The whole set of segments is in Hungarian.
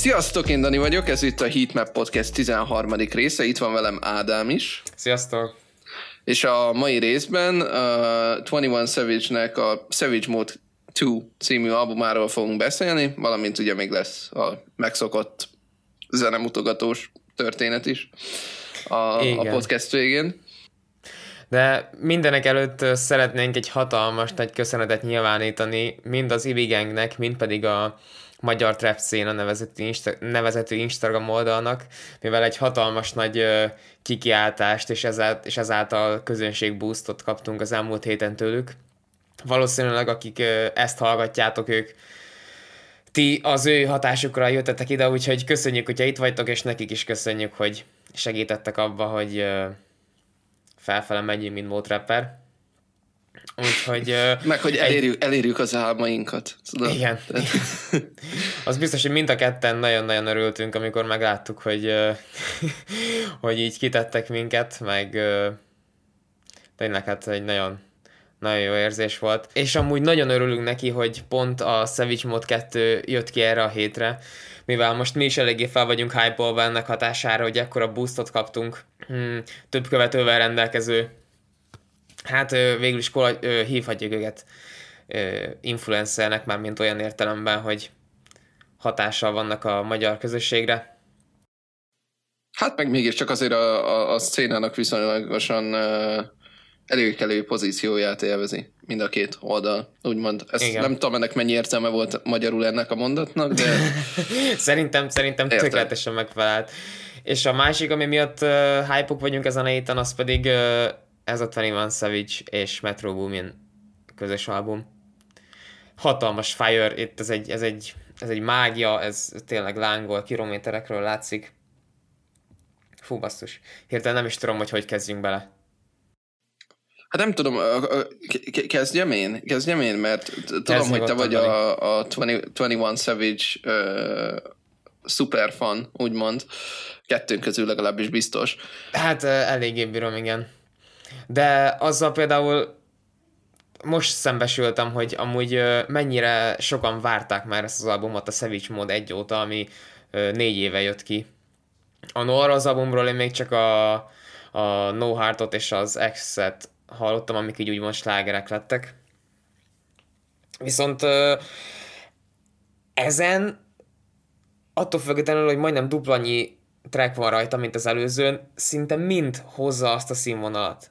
Sziasztok, én Dani vagyok, ez itt a Heatmap Podcast 13. része, itt van velem Ádám is. Sziasztok! És a mai részben 21 Savage-nek a Savage Mode 2 című albumáról fogunk beszélni, valamint ugye még lesz a megszokott zenemutogatós történet is a podcast végén. De mindenek előtt szeretnénk egy hatalmas nagy köszönetet nyilvánítani mind az IBI Gangnek, mind pedig a Magyar Trap Széna nevezetű Instagram oldalnak, mivel egy hatalmas nagy kikiáltást és ezáltal közönségboostot kaptunk az elmúlt héten tőlük. Valószínűleg akik ezt hallgatjátok, ti az ő hatásukra jöttetek ide, úgyhogy köszönjük, hogyha itt vagytok, és nekik is köszönjük, hogy segítettek abba, hogy felfele megyünk, mint Motrapper. Úgyhogy... Meg, hogy elérjük az álmainkat. Tudod? Igen. Az biztos, hogy mind a ketten nagyon-nagyon örültünk, amikor megláttuk, hogy így kitettek minket, meg tényleg hát egy nagyon jó érzés volt. És amúgy nagyon örülünk neki, hogy pont a Savage Mode 2 jött ki erre a hétre, mivel most mi is eléggé fel vagyunk hype-olva ennek hatására, hogy ekkora boostot kaptunk, több követővel rendelkező, hát végül is hívhatjuk őket influencernek, már mint olyan értelemben, hogy hatással vannak a magyar közösségre. Hát meg mégiscsak azért a szcénának viszonylagosan előkelő pozícióját élvezi mind a két oldal, úgymond. Nem tudom, ennek mennyi értelme volt magyarul ennek a mondatnak, de... Szerintem tökéletesen megfelelt. És a másik, ami miatt hype-ok vagyunk ezen a héten, az pedig ez a 21 Savage és Metro Boomin közös album. Hatalmas fire, itt ez egy mágia, ez tényleg lángol, kilométerekről látszik. Fú, basszus. Hirtelen nem is tudom, hogy kezdjünk bele. Hát nem tudom, kezdjem én, mert tudom, hogy te vagy a 21 Savage szuperfan, úgymond. Kettőnk közül legalábbis biztos. Hát eléggé bírom, igen. De azzal például most szembesültem, hogy amúgy mennyire sokan várták már ezt az albumot a Savage Mode 1 óta, ami 4 éve jött ki. A Noir az albumról én még csak a No Heartot és az X-et hallottam, amik így úgymond slágerek lettek. Viszont ezen attól függetlenül, hogy majdnem duplanyi track van rajta, mint az előzőn, szinte mind hozza azt a színvonalat,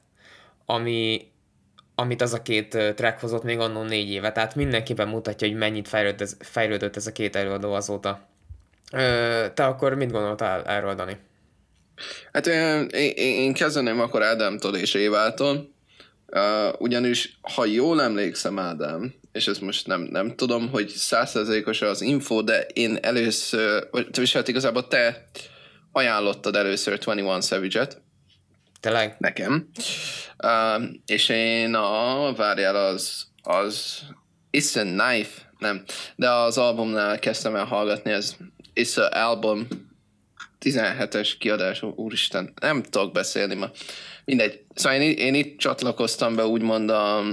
amit az a két track hozott még annó 4 éve. Tehát mindenképpen mutatja, hogy mennyit fejlődött ez a két előadó azóta. Te akkor mit gondoltál erről, Dani? Hát én kezdeném akkor Ádámtól és Évától. Ugyanis, ha jól emlékszem, Ádám, és ezt most nem tudom, hogy 100%-os az info, de én először, vagy hát igazából te ajánlottad először 21 Savage-et. Tényleg? Nekem. És én várjál, az It's a Knife, nem, de az albumnál kezdtem el hallgatni, ez It's a Album 17-es kiadású, úristen, nem tudok beszélni ma. Mindegy. Szóval én itt csatlakoztam be úgymond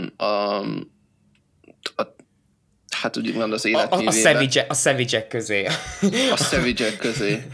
hát úgymond az életművébe. A Savage-ek közé. A Savage-ek közé.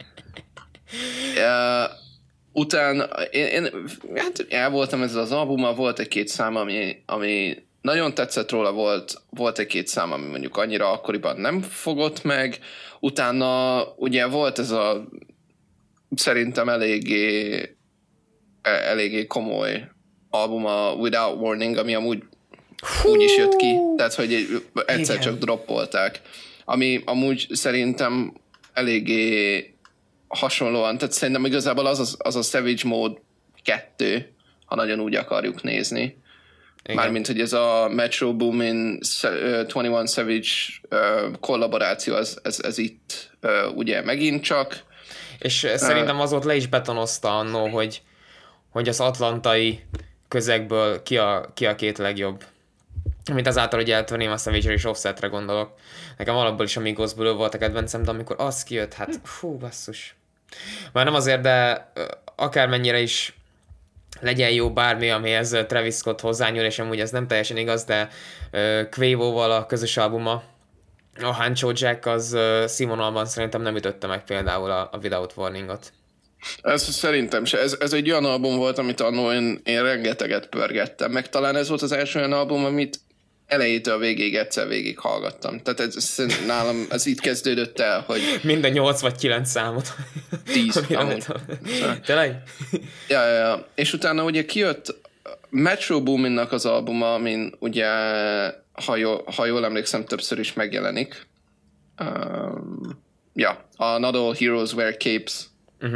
Utána én hát el voltam ezzel az albummal, volt egy-két szám, ami nagyon tetszett róla, volt egy-két szám, ami mondjuk annyira akkoriban nem fogott meg. Utána ugye volt ez a szerintem eléggé komoly album, a Without Warning, ami amúgy úgy is jött ki, tehát hogy egyszer csak droppolták. Ami amúgy szerintem eléggé hasonlóan, tehát szerintem igazából az a Savage Mode 2, ha nagyon úgy akarjuk nézni. Igen. Mármint, hogy ez a Metro Boomin 21 Savage kollaboráció, ez itt ugye megint csak. És szerintem az ott le is betonozta annó, hogy az atlantai közegből ki a két legjobb. Mint azáltal, hogy 21 Savage-re és Offsetre gondolok. Nekem alapból is a Migosból volt a kedvencem, de amikor az kijött, hát fú, basszus. Már nem azért, de akármennyire is legyen jó bármi, amihez Travis Scott hozzányúl, és amúgy ez nem teljesen igaz, de Quavo-val a közös albuma, A Hancho Jack az színvonalban szerintem nem ütötte meg például a Without Warningot. Ez szerintem se. Ez egy olyan album volt, amit annól én rengeteget pörgettem. Meg talán ez volt az első olyan album, amit elejétől a végéig egyszer végig hallgattam. Tehát nálam ez itt kezdődött el, hogy... Minden 8 vagy 9 számot. 10. Tényleg? Ja. És utána ugye kijött Metro Boominnak az albuma, amin ugye, ha jól emlékszem, többször is megjelenik. A Not All Heroes Wear Capes.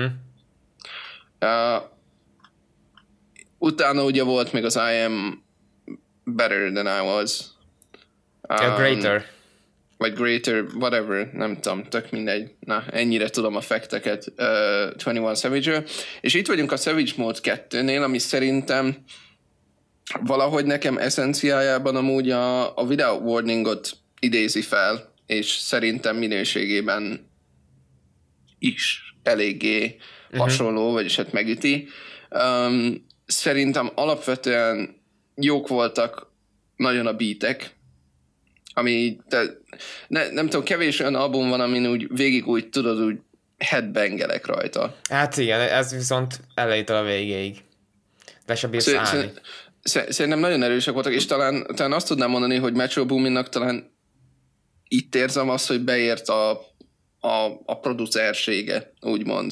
Utána ugye volt még az I Am Better Than I Was. Greater. Vagy Greater, whatever, nem tudom, tök mindegy. Na, ennyire tudom a fakteket 21 Savage-ről. És itt vagyunk a Savage Mode 2-nél, ami szerintem valahogy nekem eszenciájában amúgy a Without Warningot idézi fel, és szerintem minőségében is eléggé hasonló, vagyis hát megüti. Szerintem alapvetően jók voltak nagyon a beatek, ami nem tudom, kevés olyan album van, amin úgy végig úgy tudod, úgy headbangelek rajta. Hát igen, ez viszont elejétől a végéig. Le se bírsz állni. Szerintem nagyon erősek voltak, és talán azt tudnám mondani, hogy Metro Boominnak talán itt érzem azt, hogy beért a producersége, úgymond.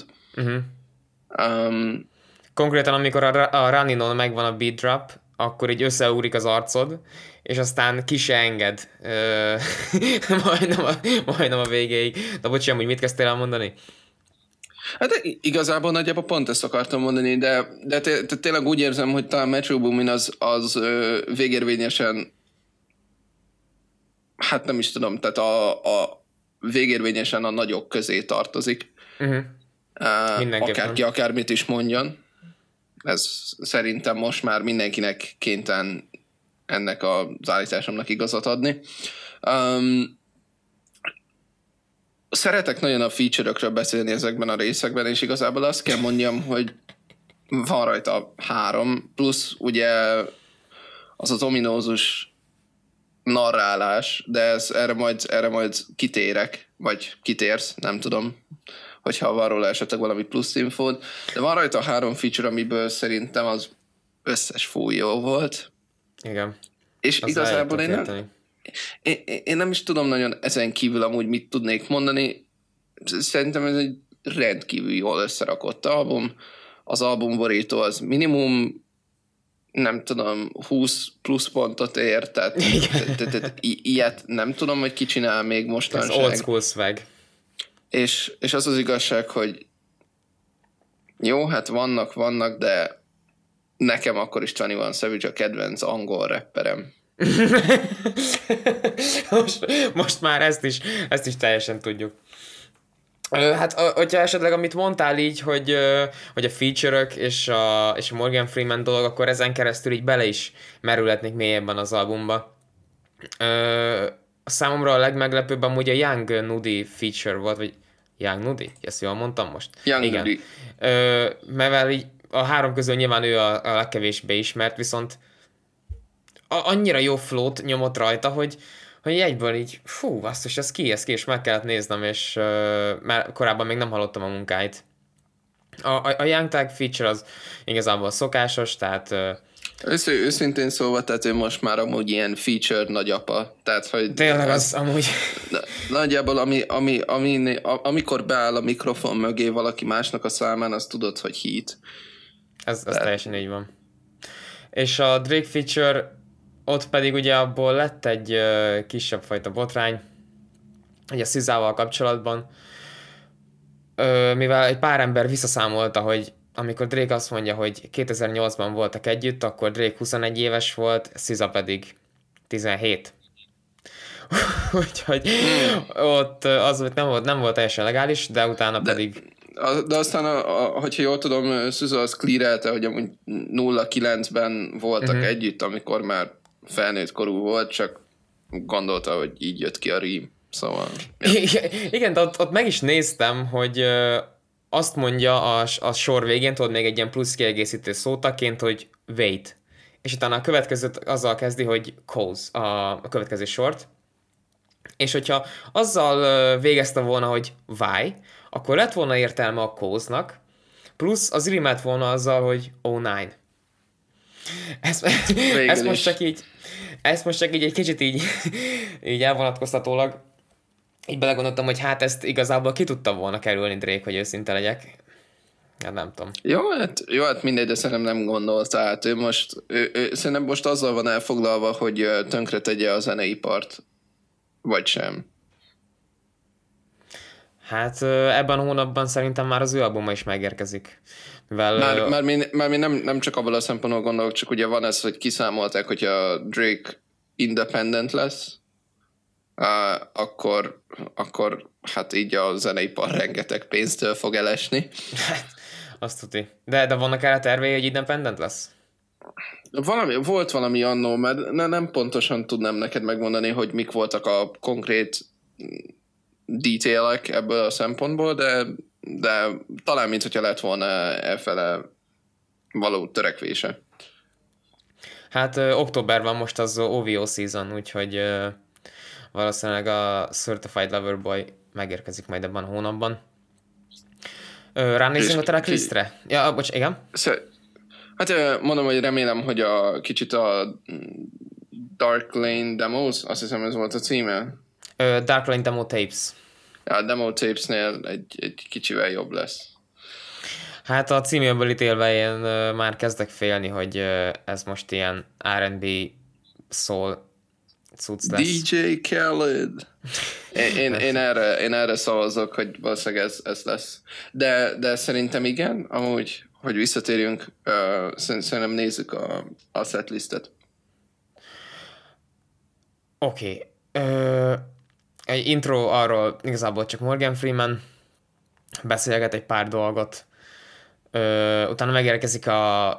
Konkrétan, amikor a Running-on megvan a beat drop, akkor így összeúrik az arcod, és aztán ki se enged majdnem a végéig. De bocs, amúgy mit kezdtél elmondani? Hát igazából nagyjából pont ezt akartam mondani, de tényleg úgy érzem, hogy talán Metro Boomin az végérvényesen, hát nem is tudom, tehát a végérvényesen a nagyok közé tartozik. Akárki akármit is mondjon. Ez szerintem most már mindenkinek kénytelen ennek az állításomnak igazat adni. Szeretek nagyon a feature-ökről beszélni ezekben a részekben, és igazából azt kell mondjam, hogy van rajta 3, plusz ugye az ominózus narrálás, de erre majd kitérek, vagy kitérsz, nem tudom, hogyha van róla esetleg valami plusz infód. De van rajta 3 feature, amiből szerintem az összes fúj jó volt. Igen. És az igazából én nem is tudom nagyon ezen kívül amúgy mit tudnék mondani. Szerintem ez egy rendkívül jól összerakott album. Az albumborító az minimum, nem tudom, 20 plusz pontot ér, tehát ilyet nem tudom, hogy ki csinál még mostanság. Ez old school swag. És az az igazság, hogy jó, hát vannak, de nekem akkor is 21 Savage a kedvenc angol rapperem. most már ezt is teljesen tudjuk. Hát, hogyha esetleg amit mondtál így, hogy a feature-ök és a Morgan Freeman dolog, akkor ezen keresztül így bele is merülhetnék mélyebben az albumba. Számomra a legmeglepőbb amúgy a Young Nudy feature volt, vagy Young Nudy? Ezt jól mondtam most? Young Nudy. Mivel így a 3 közül nyilván ő a legkevésbé ismert, viszont annyira jó flow-t nyomott rajta, hogy egyből így, basszus, ez ki, és meg kellett néznem, és már korábban még nem hallottam a munkáit. A Young Tag feature az igazából szokásos, tehát... Őszintén szólva, tehát ő most már amúgy ilyen featured nagyapa. Tehát, hogy tényleg az amúgy... Nagyjából, amikor beáll a mikrofon mögé valaki másnak a számán, azt tudod, hogy hit. Ez teljesen így van. És a Drake feature, ott pedig ugye abból lett egy kisebb fajta botrány, ugye a SZA-val kapcsolatban, mivel egy pár ember visszaszámolta, hogy amikor Drake azt mondja, hogy 2008-ban voltak együtt, akkor Drake 21 éves volt, SZA pedig 17. Úgyhogy ott az nem volt teljesen legális, de utána pedig... De aztán, hogyha jól tudom, SZA az clearelte, hogy amúgy 09-ben voltak együtt, amikor már felnőtt korú volt, csak gondolta, hogy így jött ki a rím. Szóval... Ja. Igen, de ott meg is néztem, hogy azt mondja a sor végén, tudod, még egy ilyen plusz kiegészítő szótaként, hogy wait. És utána a következőt azzal kezdi, hogy cause, a következő sort. És hogyha azzal végezte volna, hogy why, akkor lett volna értelme a cause-nak, plusz az rimelt volna azzal, hogy oh nine. Ezt, ezt most csak így egy kicsit így elvonatkoztatólag így belegondoltam, hogy hát ezt igazából ki tudta volna kerülni Drake, hogy őszinte legyek. Hát nem tudom. Jó, hát mindegy, de szerintem nem gondolt. Tehát ő szerintem most azzal van elfoglalva, hogy tönkre tegye a zeneipart. Vagy sem. Hát ebben a hónapban szerintem már az ő albuma is megérkezik. Mivel, már mi nem csak abban a szempontból gondolok, csak ugye van ez, hogy kiszámolták, hogyha Drake independent lesz, akkor hát így a zeneipar rengeteg pénztől fog elesni. Azt tudni. De vannak erre tervei, hogy independent lesz? Volt valami annó, mert nem pontosan tudnám neked megmondani, hogy mik voltak a konkrét detailek ebből a szempontból, de talán mintha lett volna elfele való törekvése. Hát október van most az OVO season, úgyhogy valószínűleg a Certified Lover Boy megérkezik majd ebben a hónapban. Ránézzünk a tracklistre? Ja, bocs, igen? Hát mondom, hogy remélem, hogy kicsit a Dark Lane Demos, azt hiszem ez volt a címe. Dark Lane Demo Tapes. Ja, a Demo Tapesnél egy kicsivel jobb lesz. Hát a címéből ítélve én már kezdek félni, hogy ez most ilyen R&B soul cucc lesz. DJ Khaled. Én erre szavazok, hogy valószínűleg ez lesz. De szerintem igen, amúgy, hogy visszatérjünk, szerintem nézzük a setlistet. Oké. Egy intro arról igazából csak Morgan Freeman beszélget egy pár dolgot. Utána megérkezik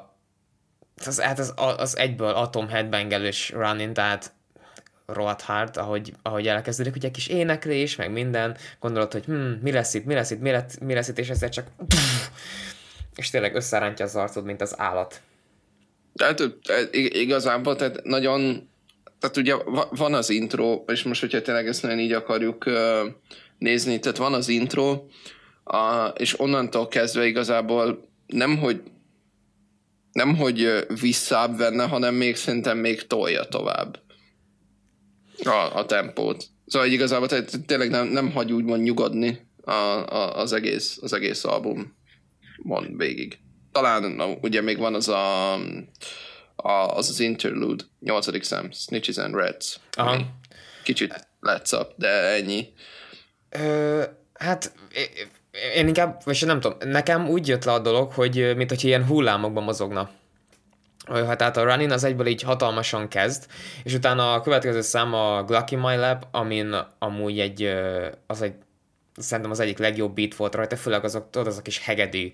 az egyből Atom Headbangelős Running, tehát rohadt hard, ahogy elkezdődik, ugye kis éneklés, meg minden, gondolod, hogy mi lesz itt, és ezzel csak és tényleg összerántja az arcod, mint az állat. Tehát igazából, tehát nagyon, tehát ugye van az intro, és most, hogyha tényleg ezt nagyon így akarjuk nézni, tehát van az intro, és onnantól kezdve igazából nem hogy visszább venne, hanem még szerintem még tolja tovább a tempót. Szóval igazából tényleg nem hagy úgymond nyugodni az egész album van végig. Talán ugye még van az interlude, 8. szám, Snitches and Rats. Kicsit let's up, de ennyi. Hát én inkább, vagy nem tudom, nekem úgy jött le a dolog, hogy mint hogy ilyen hullámokban mozogna. Hát tehát a Running az egyből így hatalmasan kezd, és utána a következő szám a Glucky My Lab, amin amúgy szerintem az egyik legjobb beat volt rajta, főleg az a kis hegedű.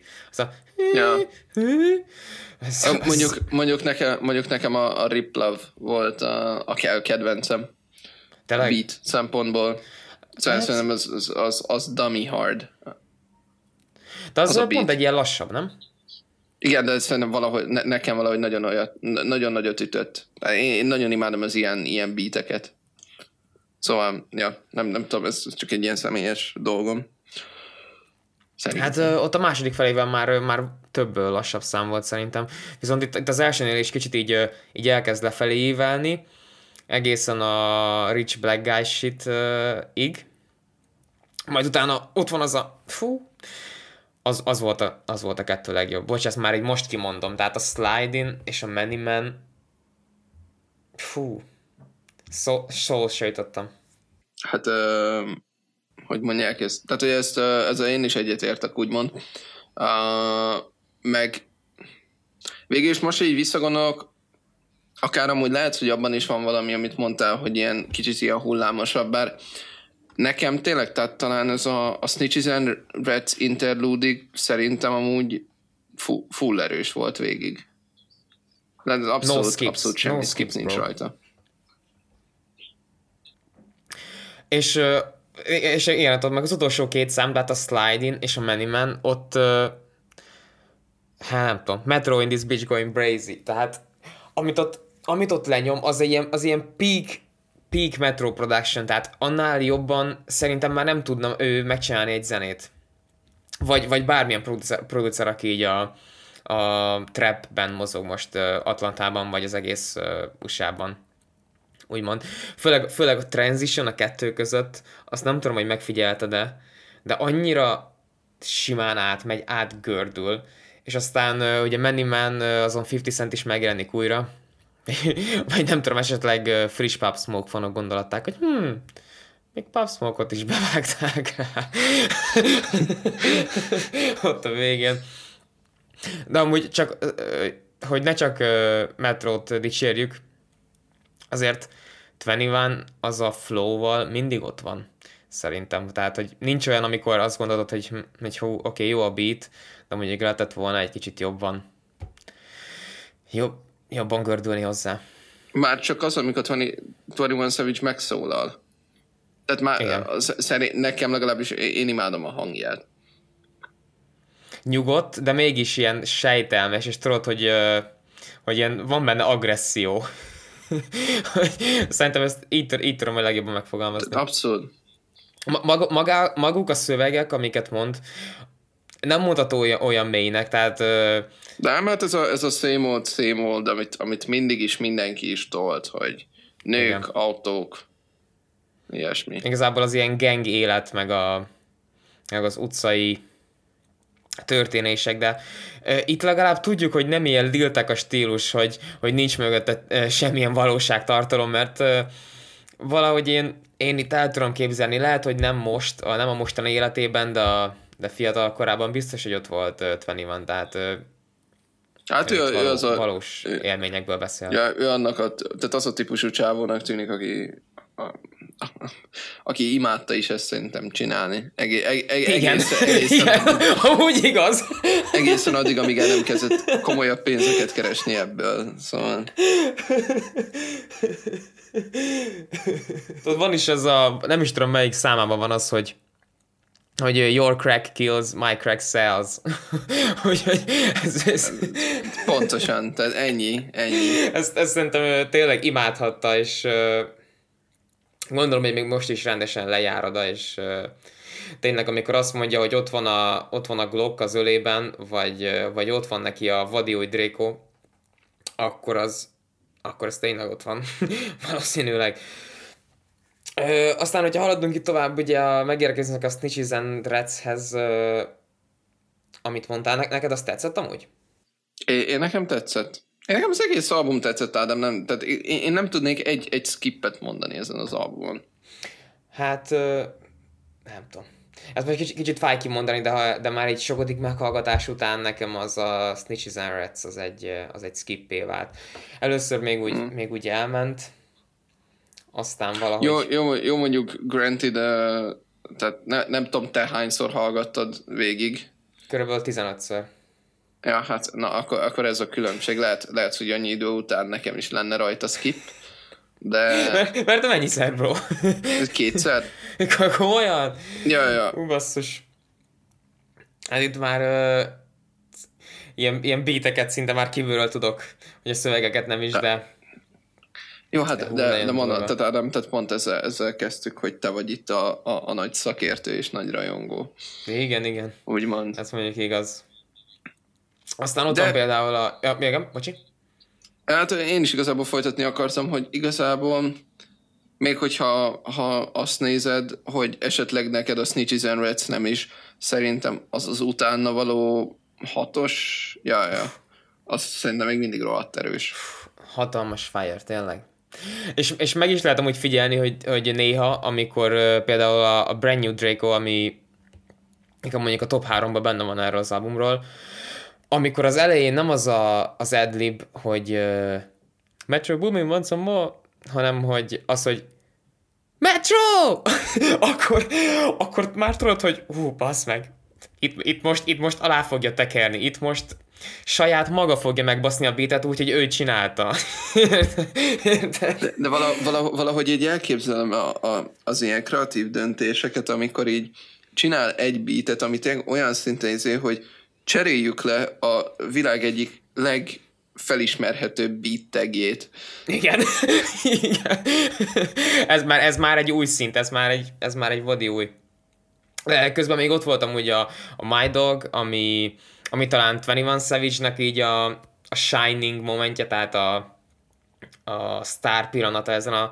Mondjuk nekem a Rip Love volt a kedvencem. Tényleg? Beat szempontból. Szerintem az dummy hard. De az pont egy ilyen lassabb, nem? Igen, de szerintem valahogy, nekem valahogy nagyon nagyot ütött. Én nagyon imádom az ilyen beateket. Szóval, ja, nem tudom, ez csak egy ilyen személyes dolgom. Szerintem. Hát ott a második felével már több lassabb szám volt szerintem. Viszont itt az elsőnél is kicsit így elkezd lefelé ívelni, egészen a Rich Black Guy shit-ig. Majd utána ott van az a... Az volt a kettő legjobb. Bocs, ezt már így most kimondom. Tehát a Slide-in és a Many Man... Soul sejtottam. Hát, hogy mondják ezt? Tehát, hogy ezzel én is egyetértek, úgymond. Meg végül is most így visszagondolok, akár amúgy lehet, hogy abban is van valami, amit mondtál, hogy ilyen kicsit ilyen hullámosabb, bár nekem tényleg, tehát talán ez a Snitches and Rats interludig szerintem amúgy full erős volt végig. Abszolút semmi skips nincs rajta. És igen, meg az utolsó két szám, tehát a Slide-in és a Many Man, ott hát nem tudom, Metro in this bitch going crazy, tehát amit ott lenyom, az ilyen peak Metro Production, tehát annál jobban szerintem már nem tudna ő megcsinálni egy zenét. Vagy bármilyen producer, aki így a trapben mozog most Atlantában, vagy az egész USA-ban. Úgymond. Főleg a transition a kettő között, azt nem tudom, hogy megfigyelted-e, de annyira simán átgördül, és aztán ugye Many Man, azon 50 Cent is megjelenik újra, vagy nem tudom, esetleg friss Pop Smoke fanok gondolatták, hogy még Pop Smoke-ot is bevágták rá. Ott a végén. De amúgy csak, hogy ne csak Metrót dicsérjük, azért 21 az a flow-val mindig ott van, szerintem. Tehát, hogy nincs olyan, amikor azt gondolod, hogy oké, jó a beat, de mondjuk lehetett volna egy kicsit jobban gördülni hozzá. Már csak az, amikor 21 Savage megszólal. Tehát már nekem legalábbis én imádom a hangját. Nyugodt, de mégis ilyen sejtelmes, és tudod, hogy ilyen van benne agresszió. Szerintem ezt így tudom a legjobban megfogalmazni. Abszolút. Maguk a szövegek, amiket mond, nem mondható olyan mélynek, tehát... De mert ez a same old, amit mindig is mindenki is tolt, hogy nők, igen, autók, ilyesmi. Igazából az ilyen gang élet, meg az utcai történések, de itt legalább tudjuk, hogy nem ilyen liltek a stílus, hogy nincs mögötte semmilyen valóságtartalom, mert valahogy én itt el tudom képzelni, lehet, hogy nem a mostani életében, de fiatal korában biztos, hogy ott volt 21, tehát hát ő az a valós élményekből beszél. Ja, ő annak tehát az a típusú csávónak tűnik, aki imádta is ezt szerintem csinálni. Igen, amúgy igaz. Egészen addig, amíg el nem kezdett komolyabb pénzeket keresni ebből. Szóval... Van is ez nem is tudom melyik számában van az, hogy your crack kills, my crack sells. ez... Pontosan, tehát ennyi. Ezt szerintem tényleg imádhatta, és gondolom, hogy még most is rendesen lejár oda, és tényleg amikor azt mondja, hogy ott van a Glock az ölében, vagy ott van neki a vadi új Draco, akkor ez tényleg ott van. Valószínűleg. Aztán, hogyha haladunk itt tovább, ugye megérkeznek a Snitches and Rats-hez, amit mondtál, neked azt tetszett amúgy? Nekem tetszett. Nekem az egész album tetszett, Ádám, tehát én nem tudnék egy skippet mondani ezen az albumon. Hát, nem tudom. Ezt most kicsit fáj kimondani, de már egy sokadik meghallgatás után nekem az a Snitches and Rats az egy skippé vált. Először még úgy elment, aztán valahogy... Jó mondjuk granted, tehát nem tudom, te hányszor hallgattad végig? Körülbelül 15-ször. Ja, hát na, akkor ez a különbség. Lehet, hogy annyi idő után nekem is lenne rajta skip, de... Mert te mennyiszer, bro? Kétszer. Komolyan? Ja. Basszus. Hát itt már ilyen beateket szinte már kívülről tudok, hogy a szövegeket nem is, de... Jó, hát de mondod, tehát pont ezzel kezdtük, hogy te vagy itt a nagy szakértő és nagy rajongó. Igen. Úgymond. Ez mondjuk igaz. Aztán ott van például igen, bocsi? Hát én is igazából folytatni akartam, hogy igazából még hogyha azt nézed, hogy esetleg neked a Snitches and Rats nem is, szerintem az utána való 6-os, ja, az szerintem még mindig rohadt erős. Hatalmas fire, tényleg. És meg is lehet amúgy figyelni, hogy néha, amikor például a Brand New Draco, ami mondjuk a top 3-ban benne van erről az albumról, amikor az elején nem az az adlib, hogy Metro Boomin want some more, hanem hogy az, hogy Metro! akkor már tudod, hogy bassz meg. Itt most alá fogja tekerni. Itt most saját maga fogja megbaszni a beatet úgy, hogy ő csinálta. De valahogy így elképzelem az ilyen kreatív döntéseket, amikor így csinál egy beatet, amit olyan szinten hogy cseréljük le a világ egyik felismerhető beat tagjét. Igen. Igen. Ez már egy új szint, ez már egy vadi új. De közben még ott voltam ugye a My Dog, ami talán 21 Savage-nek így a shining momentje, tehát a sztár pillanata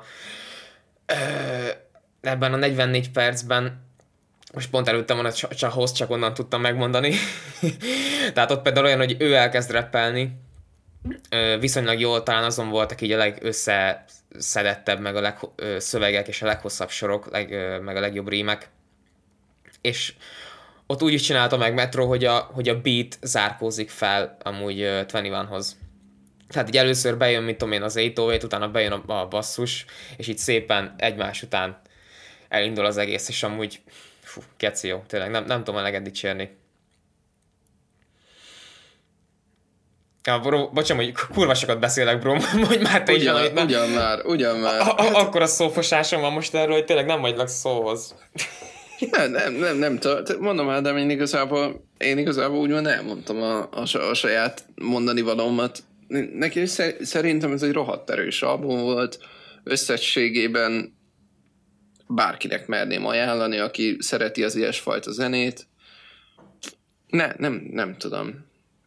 ebben a 44 percben. Most pont előttem van a host, csak onnan tudtam megmondani. Tehát ott például olyan, hogy ő elkezd rappelni, viszonylag jól, talán azon voltak így a legösszeszedettebb, meg a szövegek és a leghosszabb sorok, meg a legjobb rímek. És ott úgy is csinálta meg Metro, hogy a beat zárkózik fel amúgy 21-hoz. Tehát így először bejön, mit tudom én, az 808, utána bejön a basszus, és így szépen egymás után elindul az egész, és amúgy keci jó, tényleg, nem tudom eleget dicsérni. Ja, bro, bocsánat, hogy kurva sokat beszélek, bro, mondj már te is, amit nem. Ugyan már. Akkor a szófosásom van most erről, hogy tényleg nem vagylak szóhoz. Nem tudom. Mondom el, de én igazából úgymond elmondtam a saját mondani valómat. Neki szerintem ez egy rohadt erős album volt. Összességében bárkinek merném ajánlani, aki szereti az ilyesfajta zenét. Nem tudom.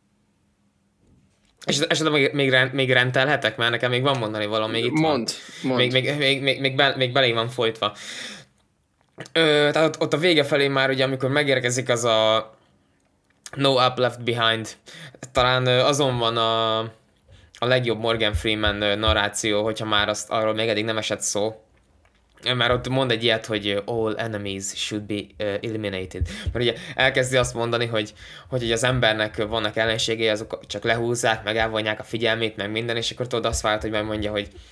És esetleg még rendelhetek, mert nekem még van mondani valami, még itt Mond. Még belé van folytva. Tehát ott a vége felé már ugye, amikor megérkezik az a No Up Left Behind, talán azon van a legjobb Morgan Freeman narráció, hogyha már arról még eddig nem esett szó. Már ott mond egy ilyet, hogy all enemies should be eliminated. Mert ugye elkezdi azt mondani, hogy az embernek vannak ellenségei, azok csak lehúzzák, meg elvonják a figyelmét, meg minden, és akkor tudod azt vált, hogy megmondja,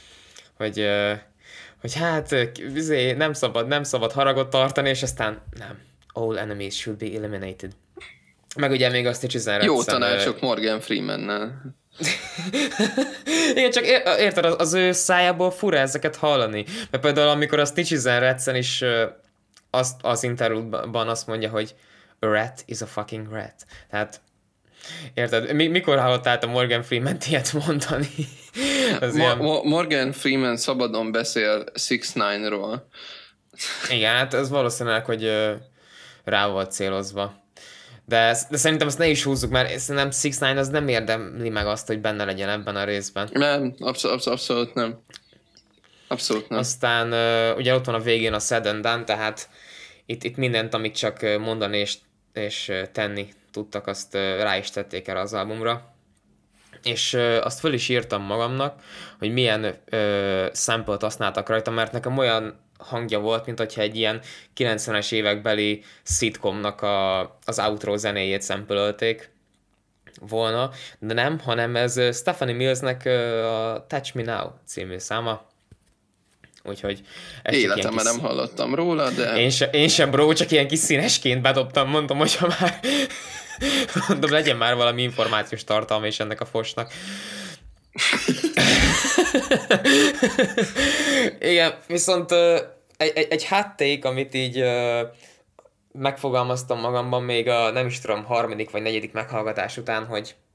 hogy hát nem szabad haragot tartani, és aztán nem. All enemies should be eliminated. Meg ugye még azt is jó tanácsok Morgan Freemannel. Igen, csak érted, az ő szájából fura ezeket hallani. Mert például amikor a Stitchizen Ratsen is az interjúban azt mondja, hogy a rat is a fucking rat. Tehát érted? Mikor hallottál a Morgan Freeman-t ilyet mondani? Morgan Freeman szabadon beszél 6ix9ine-ról. Igen, hát ez valószínűleg, hogy rá volt célozva. De szerintem ezt ne is húzzuk, mert szerintem 6ix9ine az nem érdemli meg azt, hogy benne legyen ebben a részben. Nem, abszolút nem. Abszolút nem. Aztán ugye ott van a végén a Said and Done, tehát itt mindent, amit csak mondani és tenni tudtak, azt rá is tették erre az albumra. És azt föl is írtam magamnak, hogy milyen sample-t használtak rajta, mert nekem olyan hangja volt, mint hogyha egy ilyen 90-es évekbeli szitkomnak az outro zenéjét szempölölték volna, de nem, hanem ez Stephanie Millsnek a Touch Me Now című száma. Úgyhogy életemben nem hallottam róla, de... Én sem, bro, csak ilyen kis színesként bedobtam, mondtam, hogyha már... mondom, legyen már valami információs tartalma is ennek a fosnak. Igen, viszont egy hot take, amit így megfogalmaztam magamban még a nem is tudom, 3. vagy 4. meghallgatás után,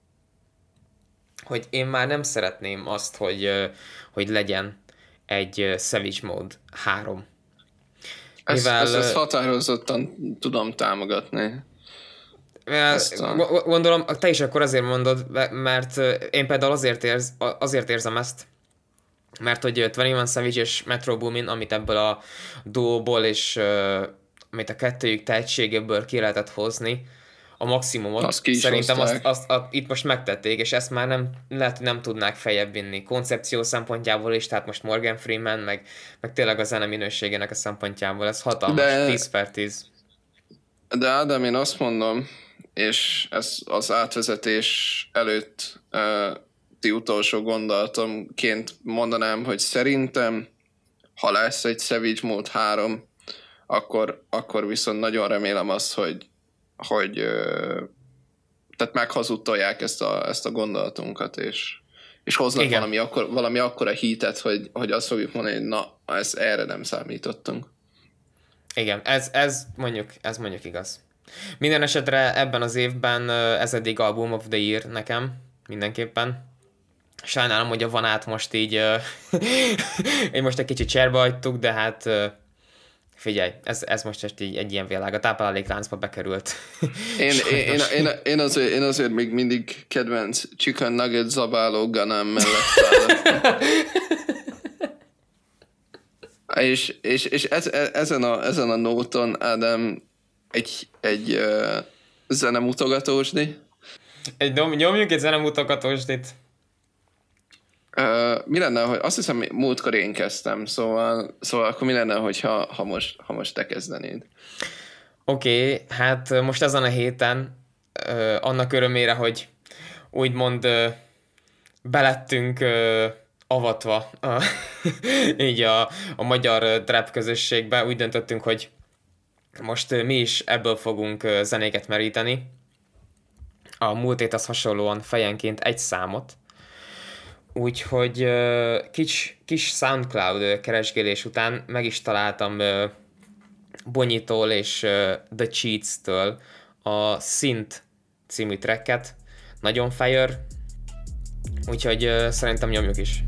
hogy én már nem szeretném azt, hogy legyen egy Savage Mode 3. Ezt határozottan tudom támogatni. Gondolom, te is akkor azért mondod, mert én például azért érzem ezt, mert hogy 21 Savage és Metro Boomin, amit ebből a duóból és amit a kettőjük tehetségéből ki lehetett hozni, a maximumot, szerintem azt itt most megtették, és ezt már lehet, hogy nem tudnák feljebb vinni. Koncepció szempontjából is, tehát most Morgan Freeman, meg tényleg a zene minőségének a szempontjából, ez hatalmas, 10/10. De Ádám, én azt mondom, és ez az átvezetés előtt ti utolsó gondolatomként mondanám, hogy szerintem, ha lesz egy Savage Mode 3, akkor viszont nagyon remélem azt, hogy tehát meghazudtolják ezt a gondolatunkat, és hoznak valami akkora heatet, hogy azt fogjuk mondani, hogy na, erre nem számítottunk. Igen, ez mondjuk igaz. Minden esetre ebben az évben ez eddig Album of the Year nekem, mindenképpen. Sajnálom, hogy a Vanát most így én most egy kicsit cserbe hagytuk, de hát figyelj, ez most egy ilyen világ. A táplálékláncba bekerült. Én azért még mindig kedvenc chicken nugget zabáló ganám mellett állok. És ezen a nóton, Ádám, egy zenemutogatósdi. Nyomjuk egy zenemutogatósdit. Mi lenne, hogy azt hiszem, múltkor én kezdtem, szóval akkor mi lenne, ha most te kezdenéd? Oké, hát most ezen a héten annak örömére, hogy úgymond belettünk avatva így a magyar trap közösségbe, úgy döntöttünk, hogy most mi is ebből fogunk zenéket meríteni. A múlt hét az hasonlóan fejenként egy számot. Úgyhogy kis SoundCloud keresgélés után meg is találtam Bonyitól és The Cheats-től a Synth című tracket. Nagyon fire, úgyhogy szerintem nyomjuk is.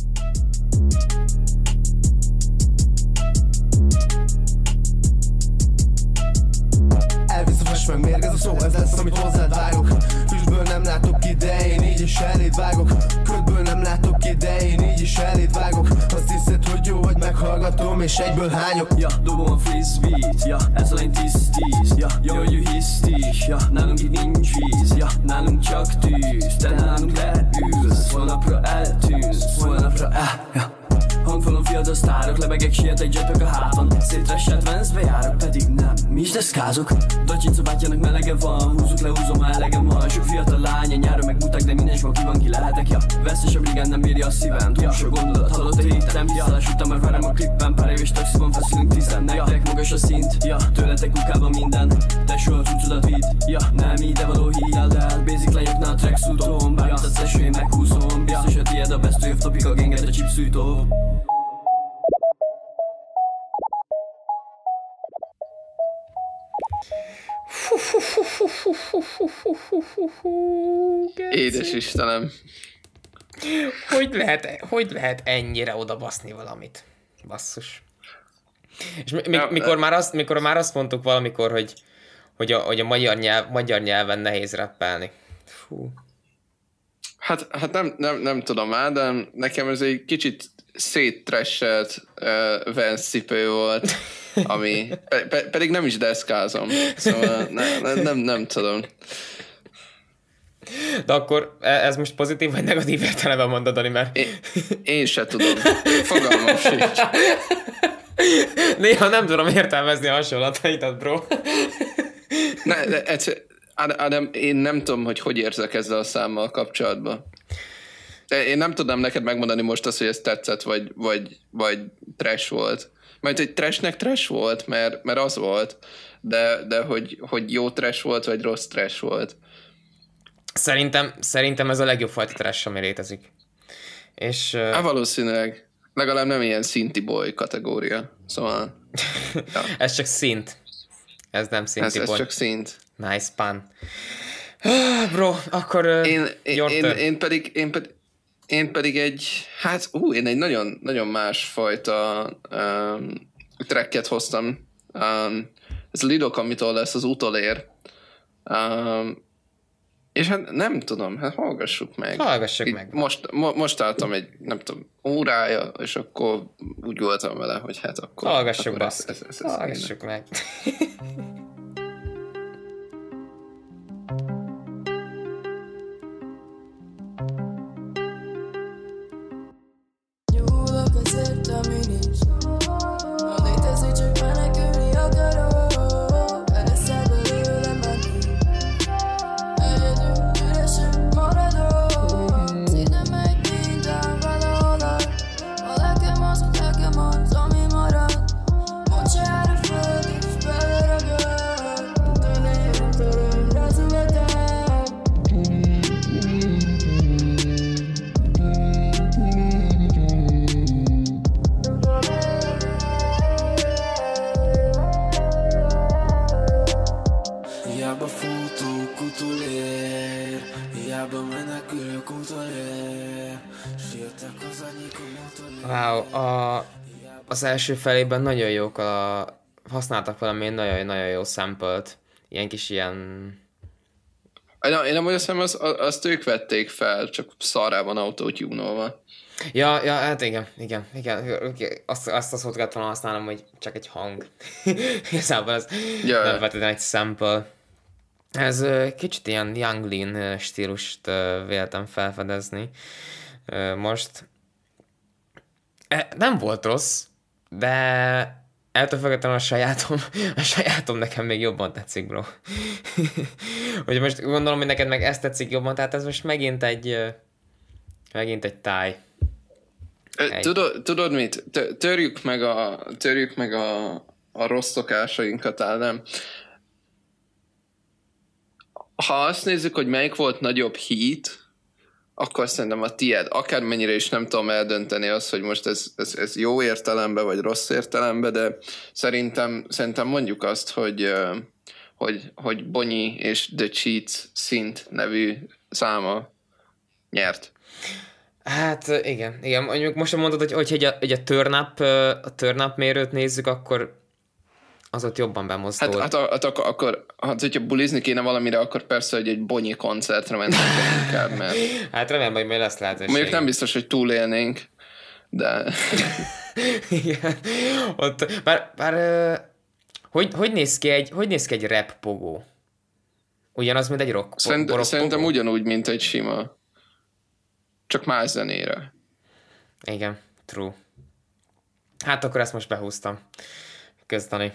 Elvisz a fes meg mérgez a szó, ez lesz, amit hozzád vágok. Füstből nem látok ki, de én így is eléd vágok. Ködből nem látok ki, de én így is eléd vágok. Azt hiszed, hogy jó, hogy meghallgatom, és egyből hányok. Ja, dobom a frisbeet, ja, ez a lény 10-10, ja, jó, hogy ő hiszt is, ja, nálunk itt nincs víz, ja, nálunk csak tűz, te nálunk leülsz, holnapra eltűnsz, holnapra ja. Hangfalon fiatal sztárok, lebegek, siet egy jetpack a háton. Szétresett Vance-be járok, pedig nem, mi is deszkázok. Dacsinca bátyjának melege van, húzzuk le, húzom, ha elegem van. Sok fiatal lánya, nyáron meg muták, de minden ki van, ki lehetek, ja. Vesztes a brigán, nem bírja a szívem, túl sok gondolat, halott a héten. Visszalás után már várám a klippen, pár éves taxiban feszülünk 10. Nektek magas a szint, ja. Tőletek kukában minden, tesó a cuccodat vidd, ja. Nem ide való híjjel, el, basic lányoknál a tracksuitom. Bármit a szeső, én meghúzom, biztos, hogy tiéd a best wave, topik a genget, a chipszújtó. Édes Istenem. Hogy lehet ennyire odabaszni valamit? Basszus. És mikor már azt mondtuk valamikor, hogy a magyar nyelven nehéz rappelni. Fú. Hát nem tudom már, de nekem ez egy kicsit széttrasselt Vance cipő volt, ami pedig nem is deszkázom, szóval nem tudom. De akkor ez most pozitív vagy negatív értelemben mondod, Dani, mert... Én se tudom. Fogalmam sincs. Néha nem tudom értelmezni a hasonlataidat, bro. Ádám, én nem tudom, hogy érzek ezzel a számmal kapcsolatban. Én nem tudnám neked megmondani most azt, hogy ez tetszett, vagy trash volt. Mert egy trashnek trash volt, mert az volt, de hogy jó trash volt, vagy rossz trash volt. Szerintem ez a legjobb fajta trash, ami létezik. És... valószínűleg. Legalább nem ilyen Szinti Boy kategória. Szóval... Ja. Ez csak szint. Ez nem Szinti Boy. Ez csak szint. Nice pun. Bro, akkor... Én pedig én egy nagyon, nagyon másfajta tracket hoztam. Ez Lidok, amitől lesz az utolér. És hát nem tudom, hát hallgassuk meg. Hallgassuk meg. Most álltam egy, nem tudom, órája, és akkor úgy voltam vele, hogy hát akkor... Hallgassuk, hallgassuk meg. Mondd se erre föld, és beleragad. Wow, az első felében nagyon jók használtak valami nagyon jó sample-t. Ilyen kis ilyen... Én nem olyan szem, azt ők vették fel, csak szarában autótyúnolva. Ja, hát igen. Azt a szót kellett volna használnom, hogy csak egy hang. Igazából ez nem vettem egy sample. Ez kicsit ilyen Young Lean stílust véltem felfedezni most. Nem volt rossz, de ettől függetlenül a sajátom nekem még jobban tetszik, bro. Hogy most gondolom, hogy neked meg ezt tetszik jobban, tehát ez most megint egy táj. Tudod mit? Törjük meg a rossz szokásainkat, nem? Ha azt nézzük, hogy melyik volt nagyobb hit, akkor szerintem a tied. Akármennyire is nem tudom eldönteni azt, hogy most ez jó értelemben, vagy rossz értelemben, de szerintem mondjuk azt, hogy Bonyi és The Cheats szint nevű száma nyert. Hát igen. Mondjuk most mondod, hogy a turn up mérőt nézzük, akkor az ott jobban bemozdul. Akkor hogyha bulizni kéne valamire, akkor persze, hogy egy Bonyi koncertre mennek inkább, mert... Hát remélem, hogy majd lesz lehetőség. Mondjuk nem biztos, hogy túlélnénk, de... Igen. Ott, bár hogy néz ki egy rap pogó? Ugyanaz, mint egy rock Szerintem ugyanúgy, mint egy sima. Csak más zenére. Igen, true. Hát akkor ezt most behúztam. Köszönöm.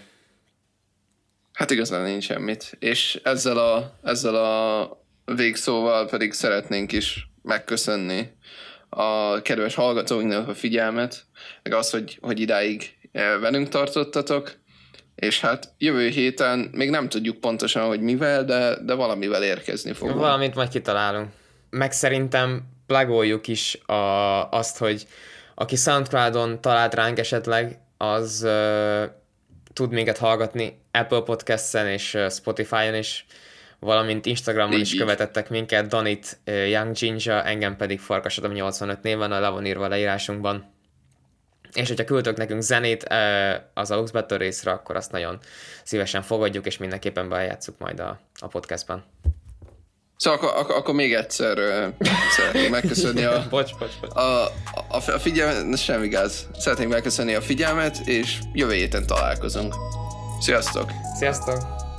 Hát igazán nincs semmit. És ezzel a végszóval pedig szeretnénk is megköszönni a kedves hallgatóinknak a figyelmet, meg az, hogy idáig velünk tartottatok, és hát jövő héten még nem tudjuk pontosan, hogy mivel, de valamivel érkezni fogunk. Valamit majd kitalálunk. Meg szerintem plugoljuk is azt, hogy aki SoundCloudon talált ránk esetleg, az tud minket hallgatni Apple Podcast-en és Spotify-on is, valamint Instagramon is követettek minket, Donit Young Jinja, engem pedig Farkasadom 85 néven, le van írva a leírásunkban. És hogyha küldtök nekünk zenét az a Lux Battle részre, akkor azt nagyon szívesen fogadjuk, és mindenképpen bejátsszuk majd a podcastban. Szóval akkor még egyszer szeretnék megköszönni a figyelmet, semmi gáz. Szeretnék megköszönni a figyelmet, és jövő héten találkozunk. Sziasztok! Sziasztok!